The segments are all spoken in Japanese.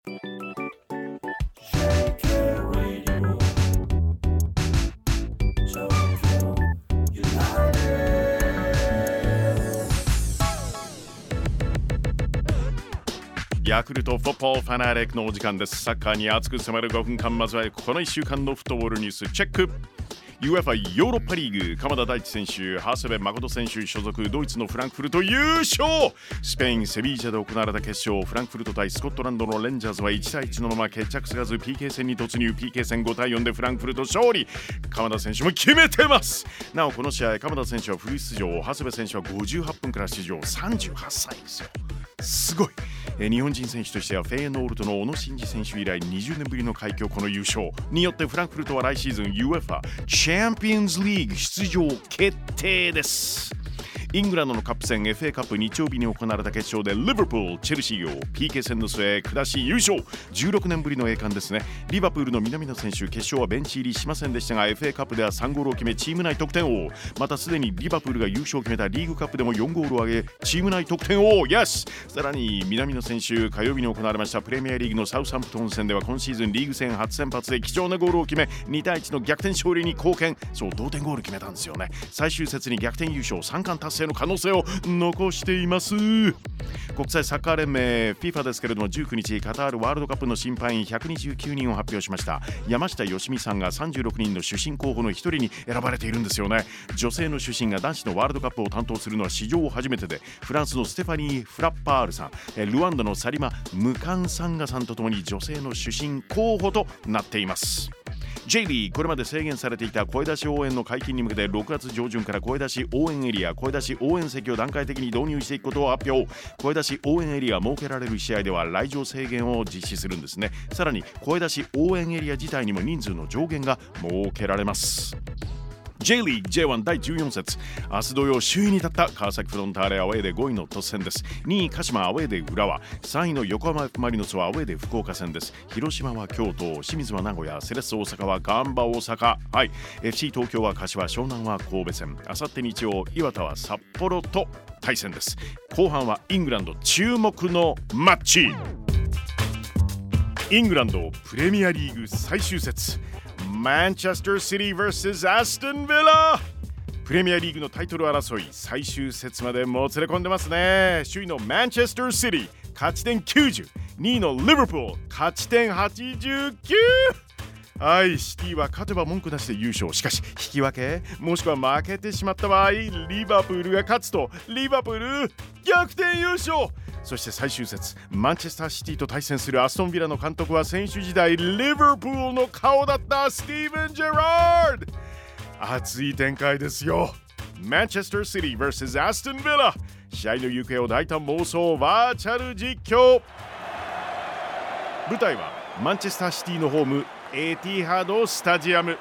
ヤクルトフォッポーファナリックのお時間です。サッカーに熱く迫る5分間、まずはこの1週間のフットボールニュースチェック。UEFA ヨーロッパリーグ、鎌田大地選手、長谷部誠選手所属、ドイツのフランクフルト優勝。スペイン・セビージャで行われた決勝、フランクフルト対スコットランドのレンジャーズは1対1のまま決着つかず PK 戦に突入。 PK 戦5対4でフランクフルト勝利。鎌田選手も決めてます。なおこの試合、鎌田選手はフル出場、長谷部選手は58分から出場、38歳ですよ。すごい。日本人選手としてはフェイエノールトの小野伸二選手以来20年ぶりの快挙。この優勝によってフランクフルトは来シーズン UEFA チャンピオンズリーグ出場決定です。イングランドのカップ戦 FA カップ日曜日に行われた決勝でリバプール、チェルシーを PK 戦の末下し優勝。16年ぶりの栄冠ですね。リバプールの南野選手、決勝はベンチ入りしませんでしたが FA カップでは3ゴールを決めチーム内得点王。またすでにリバプールが優勝を決めたリーグカップでも4ゴールを挙げチーム内得点王。Yes! さらに南野選手、火曜日に行われましたプレミアリーグのサウサンプトン戦では今シーズンリーグ戦初先発で貴重なゴールを決め2対1の逆転勝利に貢献。そう、同点ゴール決めたんですよね。最終節に逆転優勝、3冠達成の可能性を残しています。国際サッカー連盟 FIFA ですけれども、19日カタールワールドカップの審判員129人を発表しました。山下良美さんが36人の主審候補の1人に選ばれているんですよね。女性の主審が男子のワールドカップを担当するのは史上初めてで、フランスのステファニー・フラッパールさん、ルワンダのサリマ・ムカンサンガさんとともに女性の主審候補となっています。J リーグ、これまで制限されていた声出し応援の解禁に向けて6月上旬から声出し応援エリア、声出し応援席を段階的に導入していくことを発表。声出し応援エリア設けられる試合では来場制限を実施するんですね。さらに声出し応援エリア自体にも人数の上限が設けられます。J リーグ J1 第14節、明日土曜首位に立った川崎フロンターレアウェーで5位の突戦です。2位鹿島アウェーで浦和、3位の横浜 F マリノスはアウェーで福岡戦です。広島は京都、清水は名古屋、セレッソ大阪はガンバ大阪、はい、FC 東京は柏、湘南は神戸戦、あさって日曜磐田は札幌と対戦です。後半はイングランド注目のマッチ。イングランドプレミアリーグ最終節、マンチェスターシティ vs アストンビラ。プレミアリーグのタイトル争い最終節までもつれ込んでますね。首位のマンチェスターシティ勝ち点90、2位のリバプール勝ち点89。はい、シティは勝てば文句なしで優勝。しかし引き分けもしくは負けてしまった場合、リバプールが勝つとリバプール逆転優勝。そして最終節、マンチェスターシティと対戦するアストンビラの監督は選手時代リバプールの顔だったスティーブン・ジェラード。熱い展開ですよ。マンチェスターシティ vs アストンビラ、試合の行方を大胆妄想バーチャル実況。舞台はマンチェスターシティのホームエティハドスタジアム。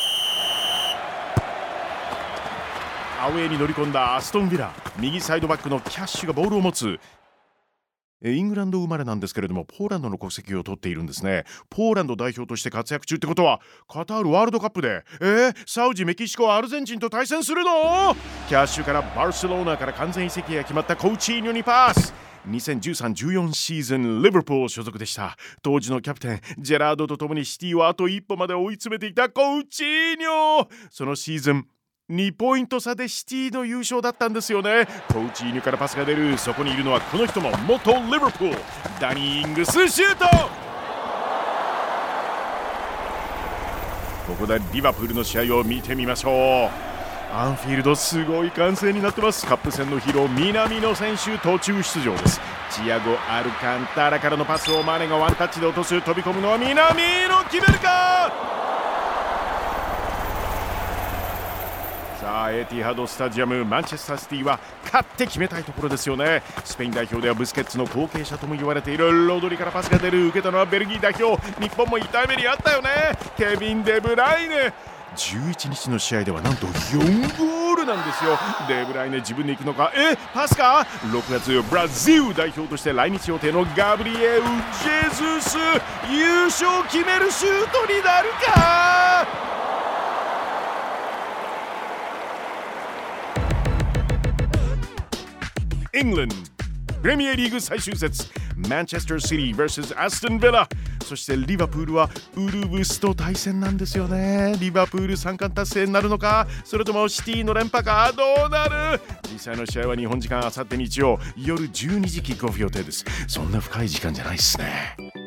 アウェーに乗り込んだアストンビラ、右サイドバックのキャッシュがボールを持つ。イングランド生まれなんですけれども、ポーランドの国籍を取っているんですね。ポーランド代表として活躍中ってことは、カタールワールドカップでサウジ、メキシコ、アルゼンチンと対戦するの？キャッシュからバルセロナから完全移籍が決まったコーチーニョにパス。2013-14シーズンリバプール所属でした。当時のキャプテンジェラードとともにシティをあと一歩まで追い詰めていたコーチーニョ。そのシーズン2ポイント差でシティの優勝だったんですよね。コーチーニョからパスが出る。そこにいるのはこの人も元リバプール、ダニー・イングスシュート。ここでリバプールの試合を見てみましょう。アンフィールドすごい歓声になってます。カップ戦のヒーロー南野選手途中出場です。チアゴ・アルカンタラからのパスをマネがワンタッチで落とす。飛び込むのは南野、決めるか。さあエティハドスタジアム、マンチェスターシティは勝って決めたいところですよね。スペイン代表ではブスケッツの後継者とも言われているロドリからパスが出る。受けたのはベルギー代表。日本も痛い目にあったよね。ケビン・デブライネ。11日の試合ではなんと4ゴールなんですよ。デブライネ自分で行くのか、パスか。6月ブラジル代表として来日予定のガブリエウ・ジェズス、優勝決めるシュートになるか。イングランドプレミアリーグ最終節、 マンチェスターシティ vs アストンヴィラ、そしてリバプールはウルブスと対戦なんですよね。リバプール3冠達成になるのか、それともシティの連覇か、どうなる。実際の試合は日本時間あさって日曜夜12時キックオフ予定です。そんな深い時間じゃないっすね。